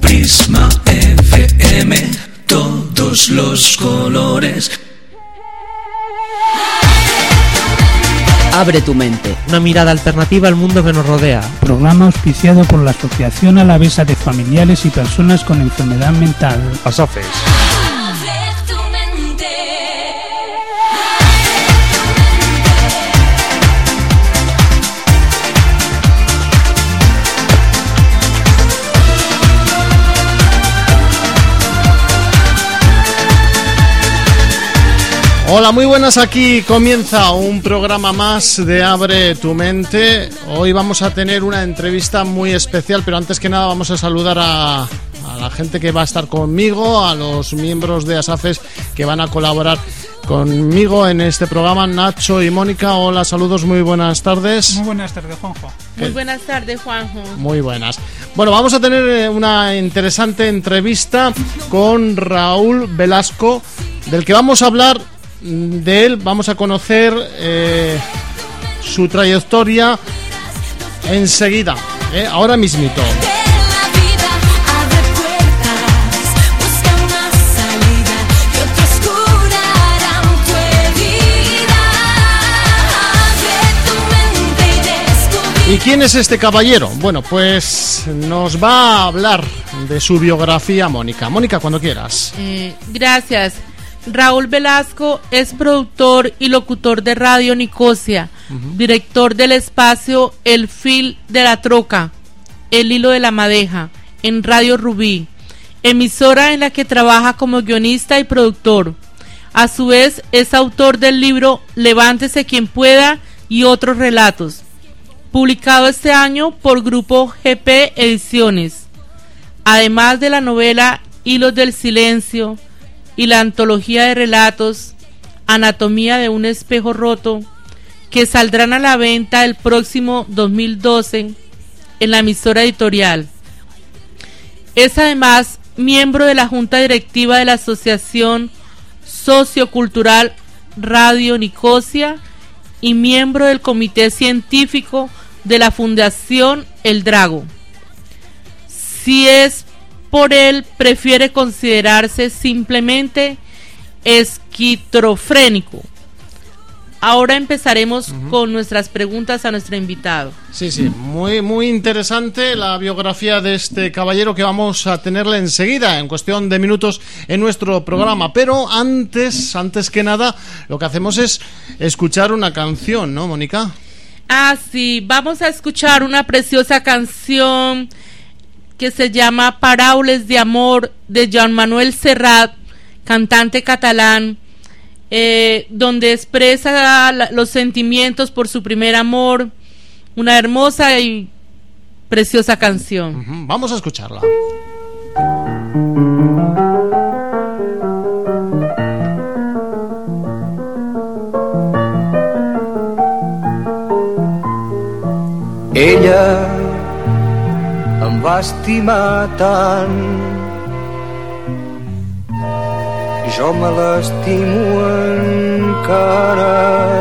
Prisma FM, todos los colores. Abre tu mente. Una mirada alternativa al mundo que nos rodea. Programa auspiciado por la Asociación Alavesa de Familiares y Personas con Enfermedad Mental. ASOFES. Hola, muy buenas, aquí comienza un programa más de Abre tu Mente. Hoy vamos a tener una entrevista muy especial, pero antes que nada vamos a saludar a la gente que va a estar conmigo, a los miembros de ASAFES que van a colaborar conmigo en este programa, Nacho y Mónica. Hola, saludos, muy buenas tardes. Muy buenas tardes, Juanjo. Muy buenas tardes, Juanjo. Muy buenas. Bueno, vamos a tener una interesante entrevista con Raúl Velasco, del que vamos a hablar. De él vamos a conocer su trayectoria enseguida, ahora mismito. ¿Y quién es este caballero? Bueno, pues nos va a hablar de su biografía Mónica. Mónica, cuando quieras. Gracias. Raúl Velasco es productor y locutor de Radio Nicosia, director del espacio El Fil de la Troca, El Hilo de la Madeja, en Radio Rubí, emisora en la que trabaja como guionista y productor. A su vez es autor del libro Levántese quien pueda y otros relatos, publicado este año por Grupo GP Ediciones, además de la novela Hilos del Silencio y la antología de relatos Anatomía de un espejo roto, que saldrán a la venta el próximo 2012 en la emisora editorial. Es además miembro de la Junta Directiva de la Asociación Sociocultural Radio Nicosia y miembro del Comité Científico de la Fundación El Drago. Si es por él, prefiere considerarse simplemente esquizofrénico. Ahora empezaremos con nuestras preguntas a nuestro invitado. Sí, muy interesante la biografía de este caballero que vamos a tenerle enseguida, en cuestión de minutos en nuestro programa. Pero antes que nada, lo que hacemos es escuchar una canción, ¿no, Mónica? Ah, sí, vamos a escuchar una preciosa canción que se llama Paraules de Amor, de Joan Manuel Serrat, cantante catalán, donde expresa los sentimientos por su primer amor. Una hermosa y preciosa canción. Vamos a escucharla. Ella em va estimar tant, jo me l'estimo encara.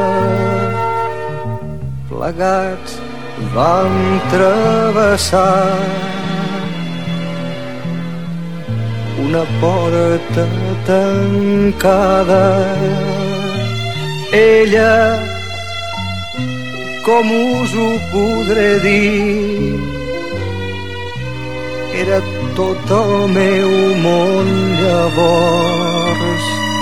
Plegats vam travessar una porta tancada. Ella, com us ho podré dir, era tot el meu món llavors,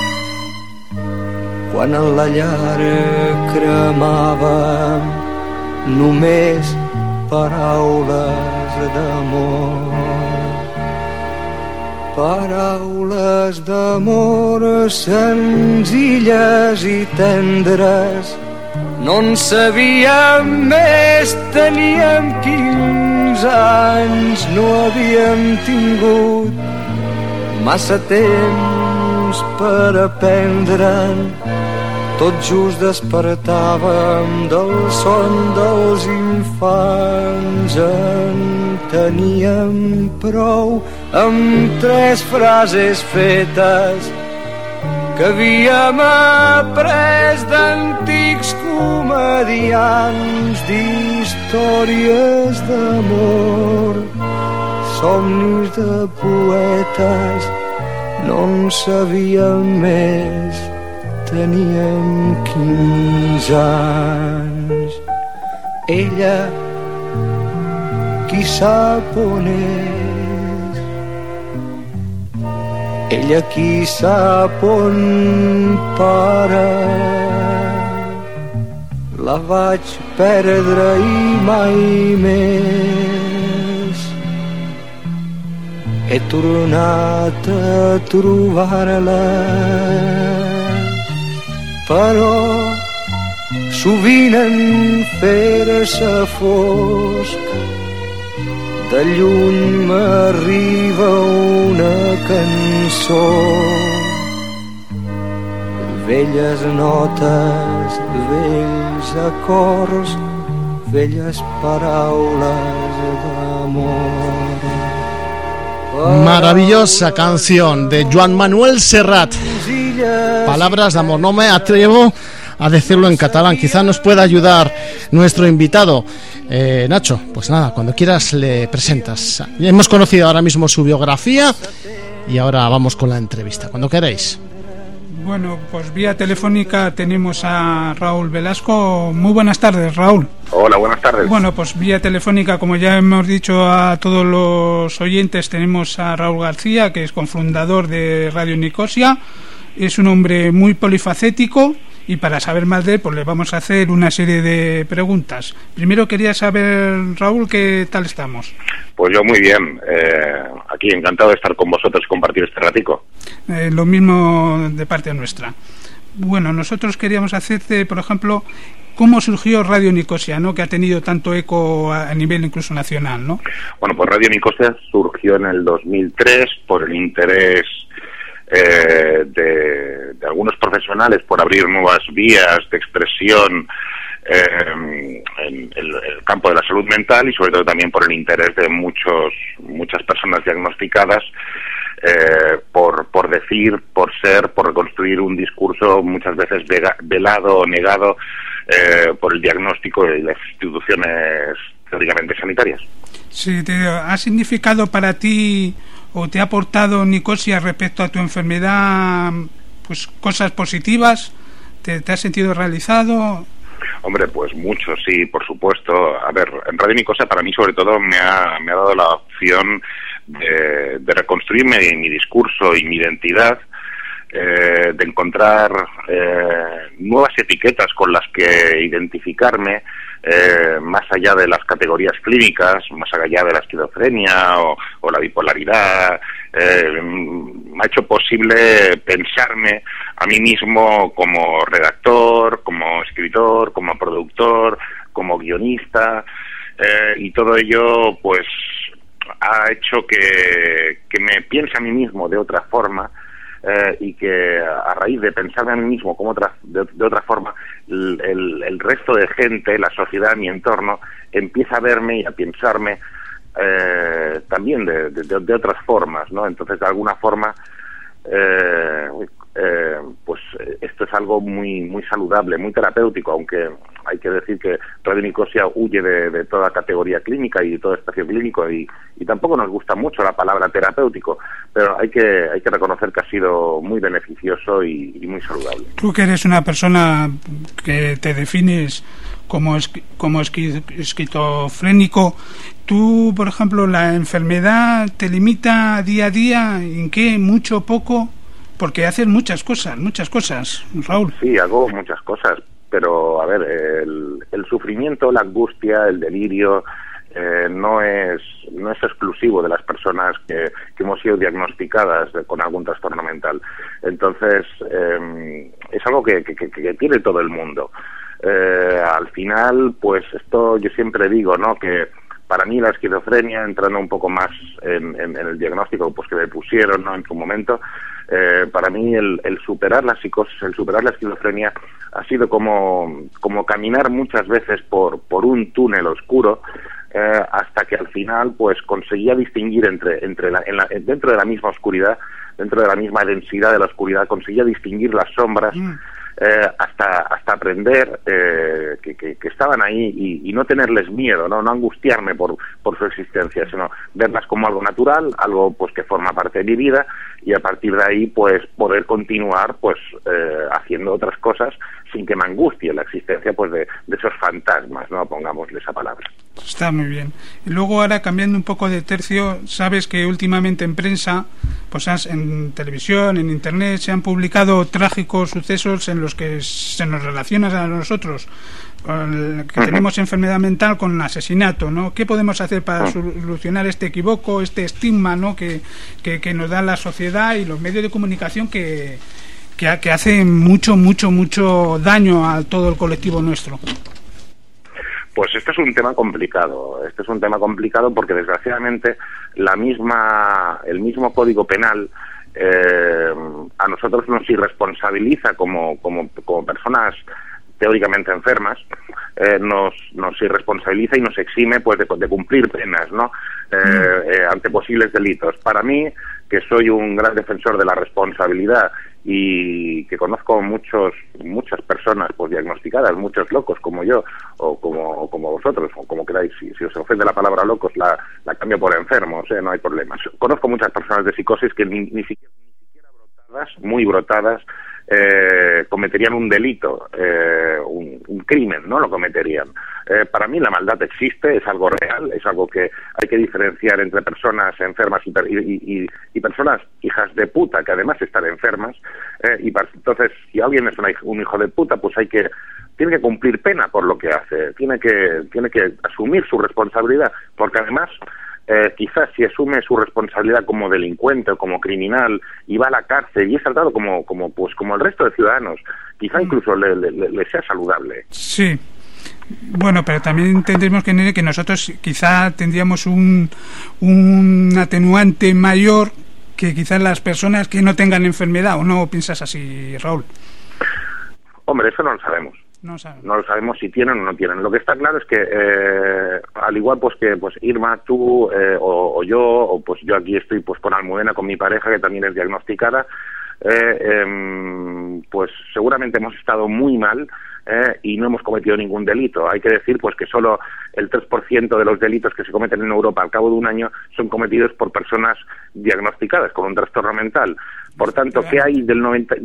quan en la llar cremava només paraules d'amor. Paraules d'amor senzilles i tendres. No en sabíem més, teníem 15 anys, no havíem tingut massa temps per aprendre'n. Tot just despertàvem del son dels infants. En teníem prou amb 3 frases fetes que havíem après d'antics comediants d'històries d'amor. somnis de poetes no en sabíem més. Teníem 15 anys. Ella, qui sap on és? Ella, qui sap on para? La vaig perdre i mai més he tornat a trobar-la, però sovint en fer-se fosc de lluny m'arriba una cançó, velles notes, vells acords, velles paraules d'amor. Maravillosa canción de Joan Manuel Serrat. Palabras de amor. No me atrevo a decirlo en catalán. Quizá nos pueda ayudar nuestro invitado. Nacho, pues nada, cuando quieras le presentas. Hemos conocido ahora mismo su biografía y ahora vamos con la entrevista. Cuando queréis. Bueno, pues vía telefónica tenemos a Raúl Velasco. Muy buenas tardes, Raúl. Hola, buenas tardes. Bueno, pues vía telefónica, como ya hemos dicho a todos los oyentes, tenemos a Raúl García, que es cofundador de Radio Nicosia. Es un hombre muy polifacético y para saber más de él, pues le vamos a hacer una serie de preguntas. Primero quería saber, Raúl, ¿qué tal estamos? Pues yo muy bien, aquí encantado de estar con vosotros y compartir este ratico. Lo mismo de parte nuestra. Bueno, nosotros queríamos hacerte, por ejemplo, ¿cómo surgió Radio Nicosia, ¿no? Que ha tenido tanto eco a nivel incluso nacional, ¿no? Bueno, pues Radio Nicosia surgió en el 2003 por el interés de algunos profesionales por abrir nuevas vías de expresión en el campo de la salud mental y sobre todo también por el interés de muchas personas diagnosticadas por decir, por ser, por reconstruir un discurso muchas veces velado o negado por el diagnóstico y las instituciones teóricamente sanitarias. Sí, ¿ha significado para ti o te ha aportado Nicosia respecto a tu enfermedad pues cosas positivas? ¿Te has sentido realizado? Hombre, pues mucho, sí, por supuesto. A ver, en Radio Nicosia para mí sobre todo me ha dado la opción de reconstruirme mi discurso y mi identidad, de encontrar nuevas etiquetas con las que identificarme, más allá de las categorías clínicas, más allá de la esquizofrenia o la bipolaridad. Me ha hecho posible pensarme a mí mismo como redactor, como escritor, como productor, como guionista, y todo ello pues ha hecho que me piense a mí mismo de otra forma, y que a raíz de pensarme a mí mismo como de otra forma, el resto de gente, la sociedad, mi entorno, empieza a verme y a pensarme también de otras formas, ¿no? Entonces, de alguna forma, pues esto es algo muy saludable, muy terapéutico, aunque hay que decir que Radio Nicosia huye de toda categoría clínica y de todo espacio clínico y tampoco nos gusta mucho la palabra terapéutico, pero hay que reconocer que ha sido muy beneficioso y muy saludable. Tú que eres una persona que te defines como esquizofrénico, tú, por ejemplo, ¿la enfermedad te limita día a día? ¿En qué? ¿Mucho? ¿Poco? Porque haces muchas cosas, Raúl. Sí, hago muchas cosas, pero a ver, el sufrimiento, la angustia, el delirio no es exclusivo de las personas que hemos sido diagnosticadas con algún trastorno mental. Entonces, es algo que tiene todo el mundo. Al final, pues esto yo siempre digo, ¿no? Que para mí la esquizofrenia, entrando un poco más en el diagnóstico pues que me pusieron, ¿no? En su momento, para mí el superar la psicosis, el superar la esquizofrenia ha sido como caminar muchas veces por un túnel oscuro, hasta que al final pues conseguía distinguir dentro de la misma oscuridad, dentro de la misma densidad de la oscuridad, conseguía distinguir las sombras hasta aprender que estaban ahí y no tenerles miedo, no angustiarme por su existencia, sino verlas como algo natural, algo pues que forma parte de mi vida, y a partir de ahí pues poder continuar pues haciendo otras cosas sin que me angustie la existencia pues de esos fantasmas, no pongámosle esa palabra. Está muy bien. Y luego, ahora cambiando un poco de tercio, sabes que últimamente en prensa, pues en televisión, en internet, se han publicado trágicos sucesos en los que se nos relaciona a nosotros, que tenemos enfermedad mental, con asesinato, ¿no? ¿Qué podemos hacer para solucionar este equívoco, este estigma, ¿no?, que nos da la sociedad y los medios de comunicación que hacen mucho daño a todo el colectivo nuestro? Pues este es un tema complicado. Porque desgraciadamente el mismo Código Penal a nosotros nos irresponsabiliza como personas teóricamente enfermas, nos irresponsabiliza y nos exime pues de cumplir penas, ¿no? Ante posibles delitos. Para mí, que soy un gran defensor de la responsabilidad y que conozco muchas personas pues diagnosticadas, muchos locos como yo o como vosotros, o como queráis, si os ofende la palabra locos la cambio por enfermos, no hay problema. Conozco muchas personas de psicosis que ni siquiera muy brotadas, cometerían un delito, un crimen, ¿no? Lo cometerían. Para mí la maldad existe, es algo real, es algo que hay que diferenciar entre personas enfermas y personas hijas de puta, que además están enfermas, entonces, si alguien es un hijo de puta, pues tiene que cumplir pena por lo que hace, tiene que asumir su responsabilidad, porque además quizás si asume su responsabilidad como delincuente o como criminal y va a la cárcel y es tratado como el resto de ciudadanos, quizá incluso le sea saludable. Sí. Bueno, pero también tendremos que entender que nosotros quizá tendríamos un atenuante mayor que quizás las personas que no tengan enfermedad, ¿o no piensas así, Raúl? Hombre, eso no lo sabemos. No lo sabemos si tienen o no tienen. Lo que está claro es que al igual pues que pues Irma, tú o yo, o pues yo aquí estoy pues con Almudena, con mi pareja que también es diagnosticada, pues seguramente hemos estado muy mal y no hemos cometido ningún delito. Hay que decir pues que solo el 3% de los delitos que se cometen en Europa al cabo de un año son cometidos por personas diagnosticadas con un trastorno mental. Por tanto, ¿qué hay del otro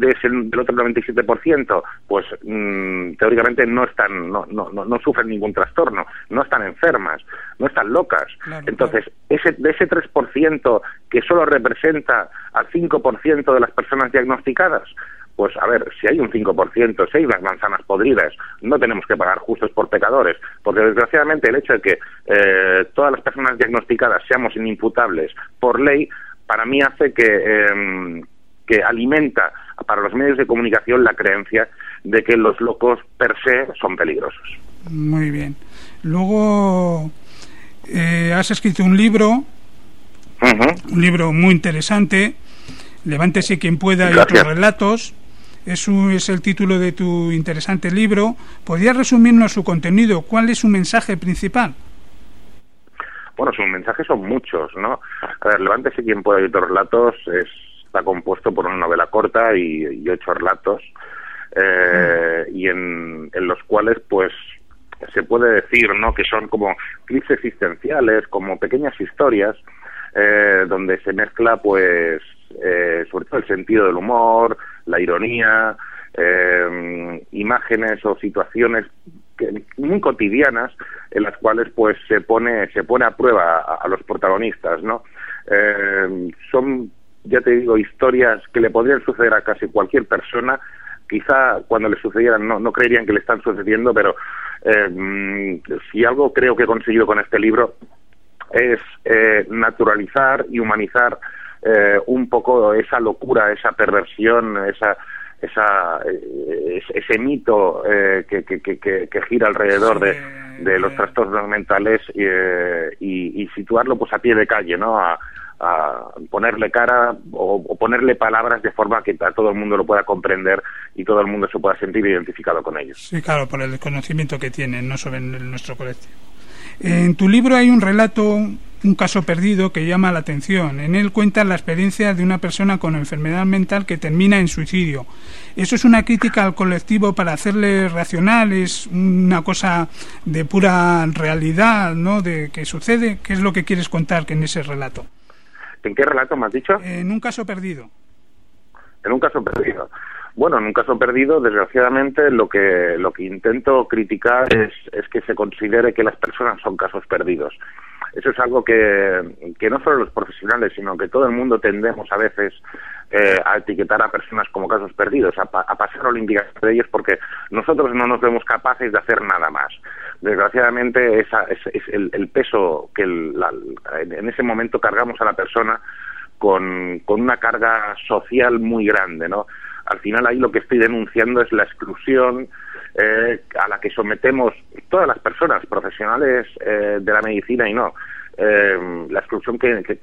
97%? Pues teóricamente no sufren ningún trastorno, no están enfermas, no están locas. Claro, entonces, de ese 3% que solo representa al 5% de las personas diagnosticadas, pues a ver, si hay un 5%, si hay unas manzanas podridas, no tenemos que pagar justos por pecadores, porque desgraciadamente el hecho de que todas las personas diagnosticadas seamos inimputables por ley, para mí hace que alimenta para los medios de comunicación la creencia de que los locos per se son peligrosos. Muy bien. Luego has escrito un libro, un libro muy interesante, Levántese quien pueda. Gracias. Y otros relatos. Es el título de tu interesante libro. ¿Podrías resumirnos su contenido? ¿Cuál es su mensaje principal? Bueno, sus mensajes son muchos, ¿no? A ver, Levántese quien pueda y otros relatos está compuesto por una novela corta y 8 relatos, y en los cuales pues se puede decir, ¿no?, que son como clips existenciales, como pequeñas historias donde se mezcla pues sobre todo el sentido del humor, la ironía, imágenes o situaciones muy cotidianas en las cuales pues se pone a prueba a los protagonistas, ¿no? Son, ya te digo, historias que le podrían suceder a casi cualquier persona. Quizá cuando le sucedieran no creerían que le están sucediendo, pero si algo creo que he conseguido con este libro es naturalizar y humanizar un poco esa locura, esa perversión, ese mito que gira alrededor de los trastornos mentales, y situarlo pues a pie de calle, ¿no? A ponerle cara o ponerle palabras de forma que a todo el mundo lo pueda comprender y todo el mundo se pueda sentir identificado con ellos. Sí, claro, por el conocimiento que tienen, no sobre nuestro colectivo. En tu libro hay un relato, un caso perdido, que llama la atención. En él cuentas la experiencia de una persona con enfermedad mental que termina en suicidio. ¿Eso es una crítica al colectivo para hacerle racional? ¿Es una cosa de pura realidad, ¿no?, de que sucede? ¿Qué es lo que quieres contar en ese relato? ¿En qué relato me has dicho? En un caso perdido. En un caso perdido. Bueno, en un caso perdido, desgraciadamente, lo que intento criticar es que se considere que las personas son casos perdidos. Eso es algo que no solo los profesionales, sino que todo el mundo tendemos a veces a etiquetar a personas como casos perdidos, a pasar olímpicamente de ellos, porque nosotros no nos vemos capaces de hacer nada más. Desgraciadamente, es el peso que en ese momento cargamos a la persona con una carga social muy grande, ¿no? Al final ahí lo que estoy denunciando es la exclusión a la que sometemos todas las personas profesionales de la medicina y no. La exclusión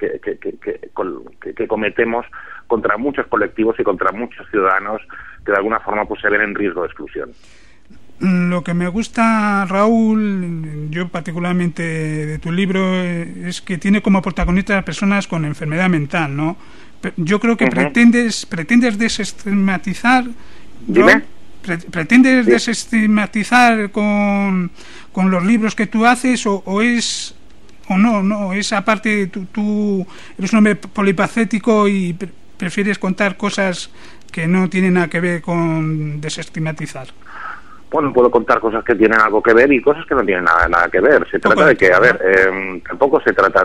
que cometemos contra muchos colectivos y contra muchos ciudadanos que de alguna forma pues se ven en riesgo de exclusión. Lo que me gusta, Raúl, yo particularmente de tu libro, es que tiene como protagonistas a personas con enfermedad mental, ¿no? Yo creo que pretendes desestigmatizar, ¿no? ¿Pretendes desestigmatizar con los libros que tú haces o es o no? Es aparte, tú eres un hombre polifacético y prefieres contar cosas que no tienen nada que ver con desestigmatizar. Bueno, puedo contar cosas que tienen algo que ver y cosas que no tienen nada que ver. Se trata de que, tampoco se trata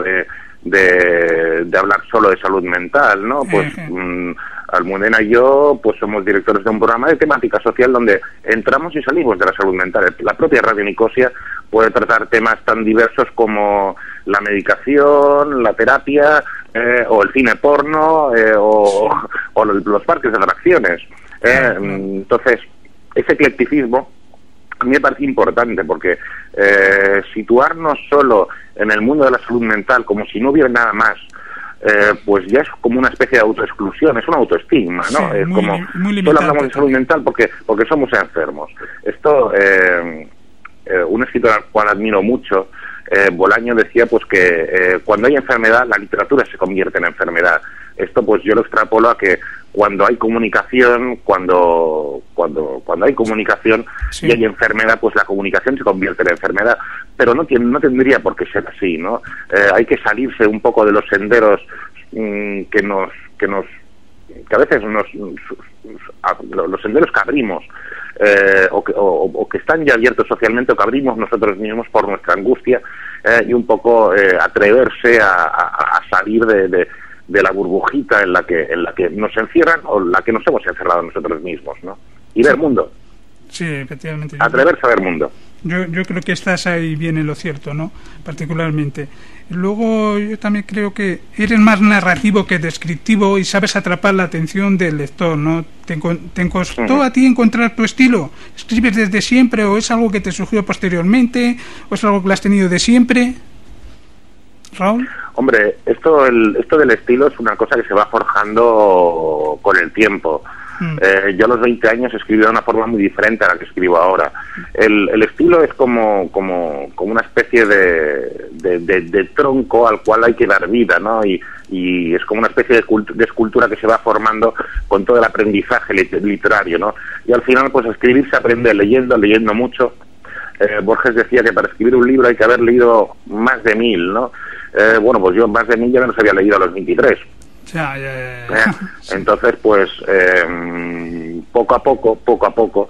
de hablar solo de salud mental, ¿no? Pues Almudena y yo pues somos directores de un programa de temática social donde entramos y salimos de la salud mental. La propia Radio Nicosia puede tratar temas tan diversos como la medicación, la terapia, o el cine porno, o los parques de atracciones. Entonces, ese eclecticismo a mí me parece importante porque situarnos solo en el mundo de la salud mental como si no hubiera nada más, pues ya es como una especie de autoexclusión, es un autoestigma, ¿no? Sí, es muy solo hablamos de salud mental porque somos enfermos. Esto, un escritor al cual admiro mucho, Bolaño, decía pues que cuando hay enfermedad la literatura se convierte en enfermedad. Esto pues yo lo extrapolo a que cuando hay comunicación, cuando hay comunicación y hay enfermedad, pues la comunicación se convierte en enfermedad. Pero no tendría por qué ser así, ¿no? Hay que salirse un poco de los senderos que a veces los senderos que abrimos o que están ya abiertos socialmente o que abrimos nosotros mismos por nuestra angustia y un poco atreverse a salir de la burbujita en la que nos encierran o en la que nos hemos encerrado nosotros mismos, ¿no? Y ver mundo. Sí, efectivamente. Atreverse a ver mundo. Yo creo que estás ahí bien en lo cierto, ¿no? Particularmente. Luego yo también creo que eres más narrativo que descriptivo y sabes atrapar la atención del lector, ¿no? ¿Te costó a ti encontrar tu estilo? ¿Escribes desde siempre o es algo que te surgió posteriormente o es algo que lo has tenido de siempre? ¿Raúl? Hombre, esto del estilo es una cosa que se va forjando con el tiempo. Yo a los 20 años escribí de una forma muy diferente a la que escribo ahora. El estilo es como una especie de tronco al cual hay que dar vida, ¿no? Y es como una especie de escultura que se va formando con todo el aprendizaje literario, ¿no? Y al final, pues escribir se aprende leyendo mucho. Borges decía que para escribir un libro hay que haber leído más de 1000, ¿no? Bueno, pues yo más de 1000 ya me los había leído a los 23. Ya. Entonces, pues poco a poco,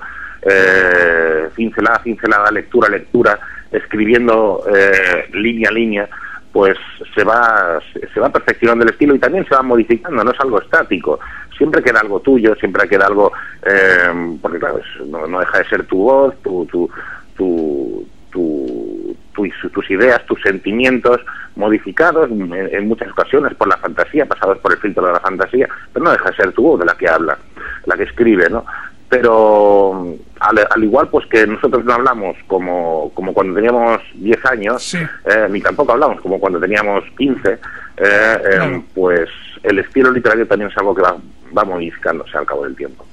pincelada, lectura, escribiendo línea a línea, pues se va perfeccionando el estilo y también se va modificando, no es algo estático. Siempre queda algo tuyo, siempre queda algo, porque claro, no deja de ser tu voz, tus ideas, tus sentimientos modificados en muchas ocasiones por la fantasía, pasados por el filtro de la fantasía, pero no deja de ser tu voz de la que habla, la que escribe, ¿no? Pero al igual pues que nosotros no hablamos como cuando teníamos 10 años, sí. Ni tampoco hablamos como cuando teníamos 15, claro. Pues el estilo literario también es algo que va modificándose al cabo del tiempo.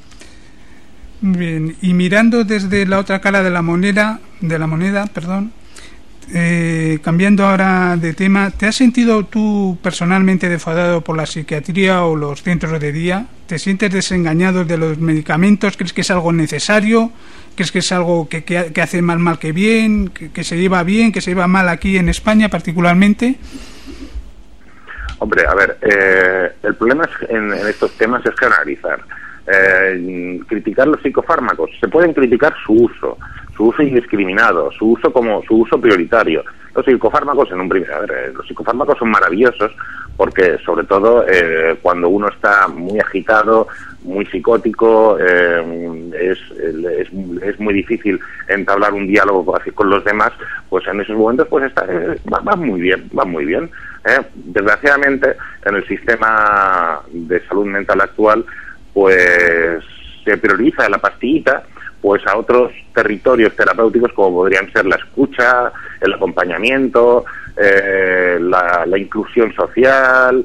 Bien, y mirando desde la otra cara de la moneda, cambiando ahora de tema, ¿te has sentido tú personalmente defraudado por la psiquiatría o los centros de día? ¿Te sientes desengañado de los medicamentos? ¿Crees que es algo necesario? ¿Crees que es algo que hace más mal que bien? ¿Que se lleva bien? ¿Que se lleva mal aquí en España particularmente? Hombre, a ver, el problema en estos temas es generalizar. Criticar los psicofármacos, se pueden criticar su uso indiscriminado, su uso prioritario. Los psicofármacos los psicofármacos son maravillosos porque, sobre todo, cuando uno está muy agitado, muy psicótico, es muy difícil entablar un diálogo así con los demás. Pues en esos momentos pues va muy bien. Desgraciadamente, en el sistema de salud mental actual, pues se prioriza la pastillita pues a otros territorios terapéuticos como podrían ser la escucha, el acompañamiento, la inclusión social,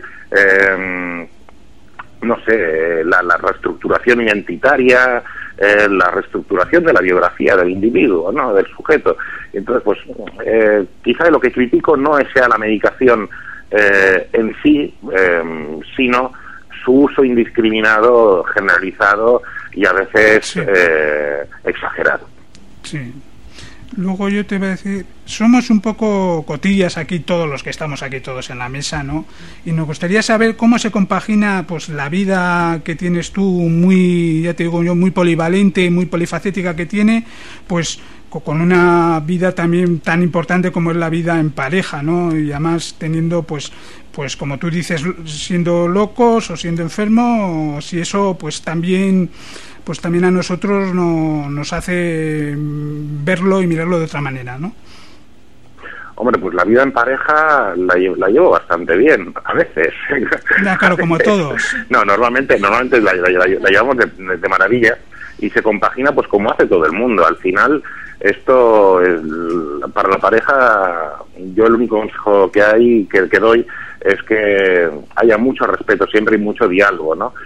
la reestructuración identitaria, la reestructuración de la biografía del individuo, ¿no?, del sujeto. Entonces, pues quizá lo que critico no sea la medicación en sí, sino su uso indiscriminado, generalizado y a veces sí, exagerado. Sí. Luego yo te voy a decir, somos un poco cotillas aquí todos los que estamos aquí todos en la mesa, ¿no? Y nos gustaría saber cómo se compagina pues la vida que tienes tú, muy polivalente, muy polifacética que tiene, pues con una vida también tan importante como es la vida en pareja, ¿no? Y además teniendo pues como tú dices, siendo locos o siendo enfermos, si eso pues también a nosotros nos hace verlo y mirarlo de otra manera, ¿no? Hombre, pues la vida en pareja la llevo bastante bien, a veces. Ya, claro, como todos. No, normalmente la llevamos de maravilla y se compagina pues como hace todo el mundo. Al final, esto para la pareja, yo el único consejo que doy es que haya mucho respeto siempre y mucho diálogo, ¿no?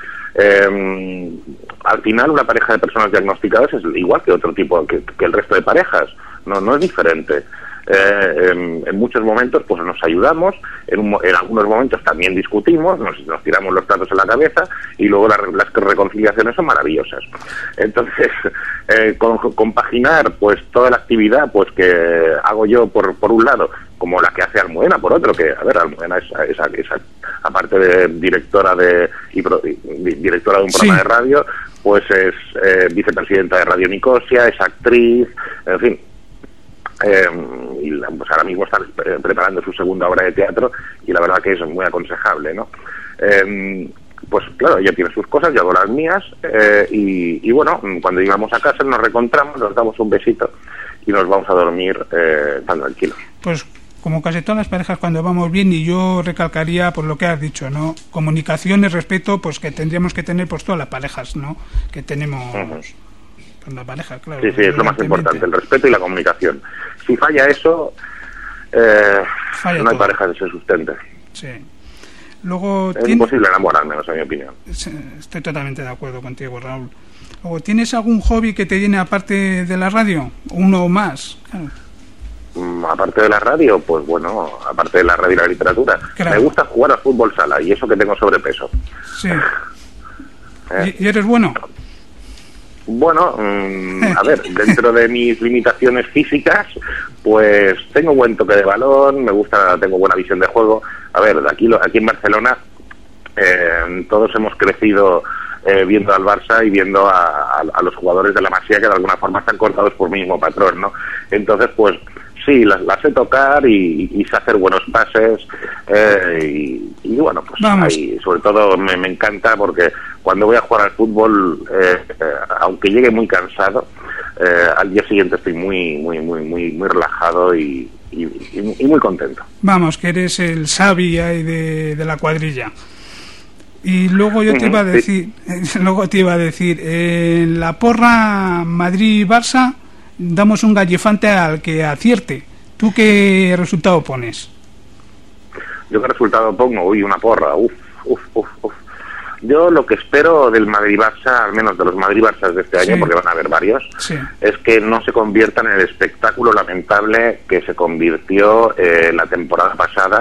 Al final una pareja de personas diagnosticadas es igual que otro tipo, que el resto de parejas, no es diferente. En muchos momentos pues nos ayudamos, en algunos momentos también discutimos, nos tiramos los platos en la cabeza y luego las reconciliaciones son maravillosas. Entonces, compaginar pues toda la actividad pues que hago yo por un lado, como la que hace Almudena por otro, que a ver, Almudena es aparte de directora de un programa sí, de radio, pues es vicepresidenta de Radio Nicosia, es actriz, en fin. Y pues ahora mismo está preparando su segunda obra de teatro y la verdad que es muy aconsejable, ¿no? Pues claro, ella tiene sus cosas, yo hago las mías, y bueno, cuando llegamos a casa nos reencontramos, nos damos un besito y nos vamos a dormir tan tranquilos. Pues como casi todas las parejas cuando vamos bien, y yo recalcaría por lo que has dicho, ¿no? Comunicación y respeto, pues que tendríamos que tener pues todas las parejas, ¿no?, que tenemos. La pareja, claro, sí, es lo más importante, el respeto y la comunicación. Si falla eso, no hay todo. pareja que se sustente. Sí. Luego es imposible enamorarme, en mi opinión. Estoy totalmente de acuerdo contigo, Raúl. Luego, ¿tienes algún hobby que te llene aparte de la radio? ¿Uno o más? Claro. Aparte de la radio, pues bueno, aparte de la radio y la literatura, claro, me gusta jugar al fútbol sala, y eso que tengo sobrepeso. Sí. ¿Y eres bueno? Bueno, a ver, dentro de mis limitaciones físicas, pues tengo buen toque de balón, tengo buena visión de juego. A ver, aquí en Barcelona todos hemos crecido viendo al Barça y viendo a los jugadores de la Masía, que de alguna forma están cortados por mi mismo patrón, ¿no? Entonces, pues sí, las sé tocar y sé hacer buenos pases, y bueno, pues ahí, sobre todo me encanta porque cuando voy a jugar al fútbol, aunque llegue muy cansado, al día siguiente estoy muy relajado y muy contento. Vamos, que eres el Xavi ahí de la cuadrilla. Y luego yo te iba a decir, en la porra Madrid-Barça damos un gallifante al que acierte. ¿Tú qué resultado pones? ¿Yo qué resultado pongo? Uy, una porra, uf. Yo lo que espero del Madrid-Barça, al menos de los Madrid-Barças de este año, porque van a haber varios, es que no se conviertan en el espectáculo lamentable que se convirtió la temporada pasada,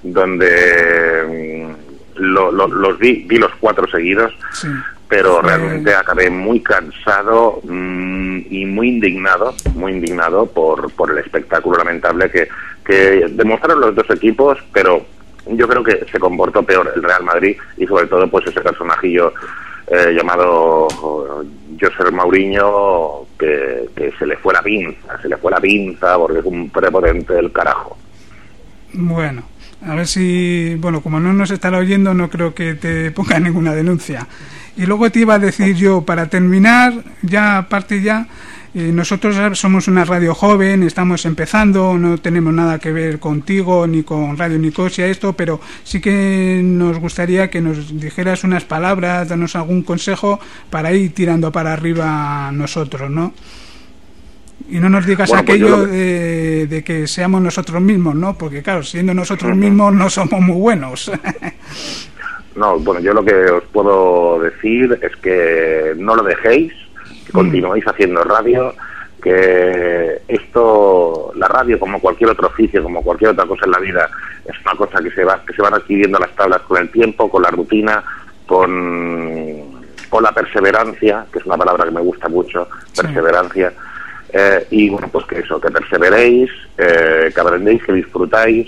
donde los vi los 4 seguidos, pero realmente acabé muy cansado y muy indignado por el espectáculo lamentable que demostraron los dos equipos, pero yo creo que se comportó peor el Real Madrid y sobre todo pues ese personajillo llamado José Mourinho que se le fue la pinza porque es un prepotente del carajo. Bueno, a ver si, como no nos estará oyendo, no creo que te ponga ninguna denuncia. Y luego te iba a decir yo, para terminar, nosotros somos una radio joven, estamos empezando, no tenemos nada que ver contigo ni con Radio Nicosia pero sí que nos gustaría que nos dijeras unas palabras, danos algún consejo para ir tirando para arriba nosotros, ¿no? Y no nos digas aquello de que seamos nosotros mismos, ¿no? Porque claro, siendo nosotros mismos no somos muy buenos. No, yo lo que os puedo decir es que no lo dejéis, que continuéis haciendo radio, que la radio, como cualquier otro oficio, como cualquier otra cosa en la vida, es una cosa que se van adquiriendo las tablas con el tiempo, con la rutina, con la perseverancia, que es una palabra que me gusta mucho, perseverancia, y pues que perseveréis, que aprendéis, que disfrutáis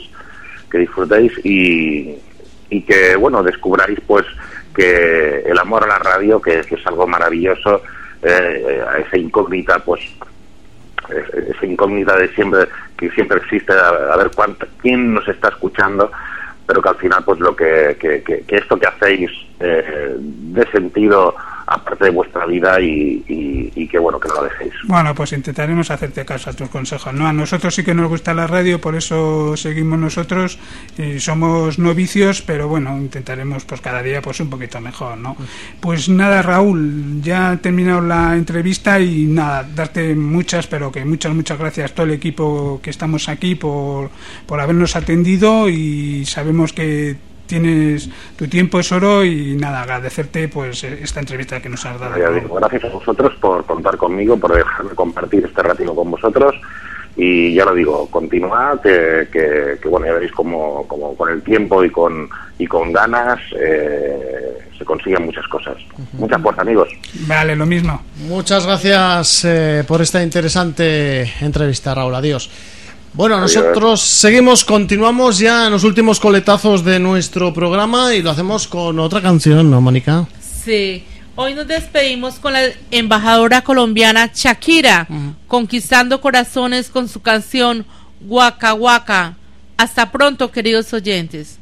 y que descubráis pues que el amor a la radio que es algo maravilloso, esa incógnita de siempre, que siempre existe, a ver quién nos está escuchando, pero que al final pues lo que esto que hacéis dé sentido aparte de vuestra vida y que no lo dejéis. Bueno, pues intentaremos hacerte caso a tus consejos, ¿no? A nosotros sí que nos gusta la radio, por eso seguimos nosotros y somos novicios, pero intentaremos pues cada día pues un poquito mejor, ¿no? Pues nada, Raúl, ya ha terminado la entrevista y nada, darte muchas gracias a todo el equipo que estamos aquí por habernos atendido, y sabemos que tu tiempo es oro y nada, agradecerte pues esta entrevista que nos has dado. Gracias a vosotros por contar conmigo, por dejarme compartir este ratito con vosotros, y ya lo digo, continuad, que ya veréis como con el tiempo y con ganas se consiguen muchas cosas. Mucha fuerza, amigos. Vale, lo mismo. Muchas gracias por esta interesante entrevista, Raúl. Adiós. Bueno, nosotros continuamos ya en los últimos coletazos de nuestro programa y lo hacemos con otra canción, ¿no, Mónica? Sí, hoy nos despedimos con la embajadora colombiana Shakira, conquistando corazones con su canción Waka Waka. Hasta pronto, queridos oyentes.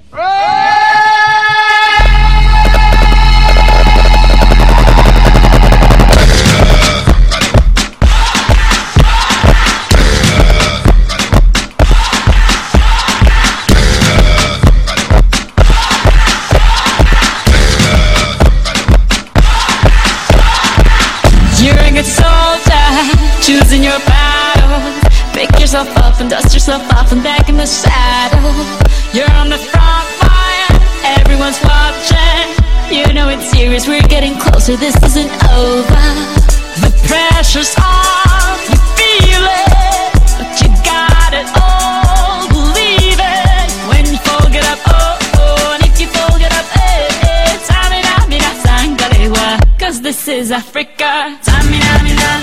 Choosing your battle, pick yourself up and dust yourself off and back in the saddle. You're on the front line, everyone's watching. You know it's serious, we're getting closer, this isn't over. The pressure's on, you feel it, but you got it all, believe it. When you fall, get up, oh, and if you fall, get up, Tamina, mina, sangalewa, cause this is Africa. Tamina, mina,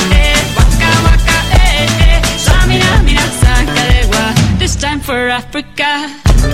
this time for Africa.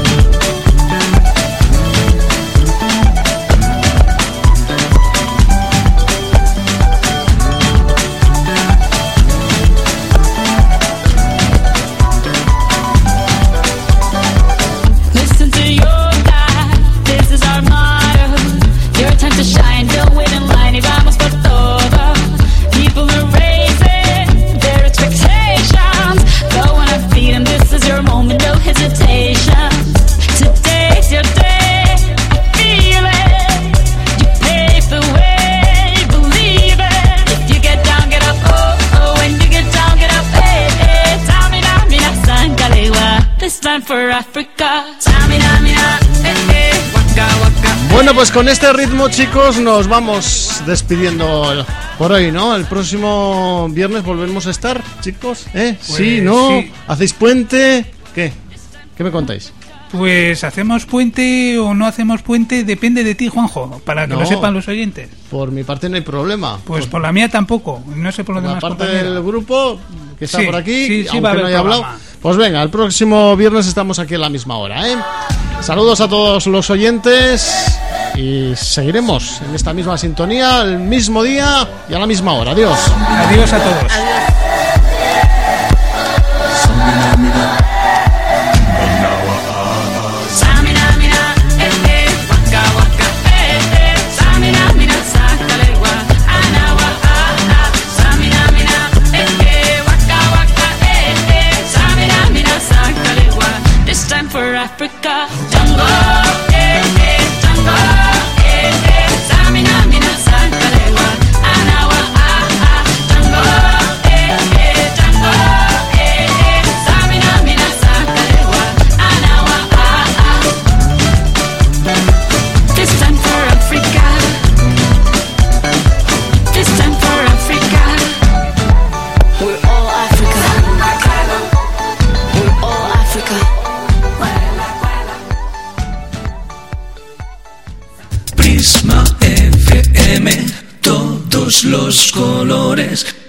Listen to your God, this is our motto. Your time to shine, don't wait in line, y vamos por todo. People are raising their expectations. Go on and feed them, this is your moment, no hesitation. Today's your day, I feel it. You pave the way, believe it. If you get down, get up, oh, when you get down, get up, Tamina, mina, sangalewa, this time for Africa. Tamina, mina, waka, waka. Bueno, pues con este ritmo, chicos, nos vamos despidiendo por hoy, ¿no? El próximo viernes volvemos a estar, chicos, ¿eh? Pues, ¿Sí, no? sí. ¿Hacéis puente? ¿Qué? ¿Qué me contáis? Pues hacemos puente o no hacemos puente, depende de ti, Juanjo, para que No. lo sepan los oyentes. Por mi parte no hay problema. Pues por la mía tampoco, no sé por los la demás parte compañeros. del grupo que está Sí, por aquí, sí, aunque va a haber no haya hablado. programa. Pues venga, el próximo viernes estamos aquí a la misma hora, ¿eh? Saludos a todos los oyentes y seguiremos en esta misma sintonía, el mismo día y a la misma hora. Adiós. Adiós a todos. This time for Africa, Tango, Tango, Samina, Mina, Sakalegua, Anawa, Tango, Tango, Samina, Mina, Sakalegua, Anawa, This time for Africa, this time for Africa, we're all Africa, we're all Africa. Prisma FM, todos los colores.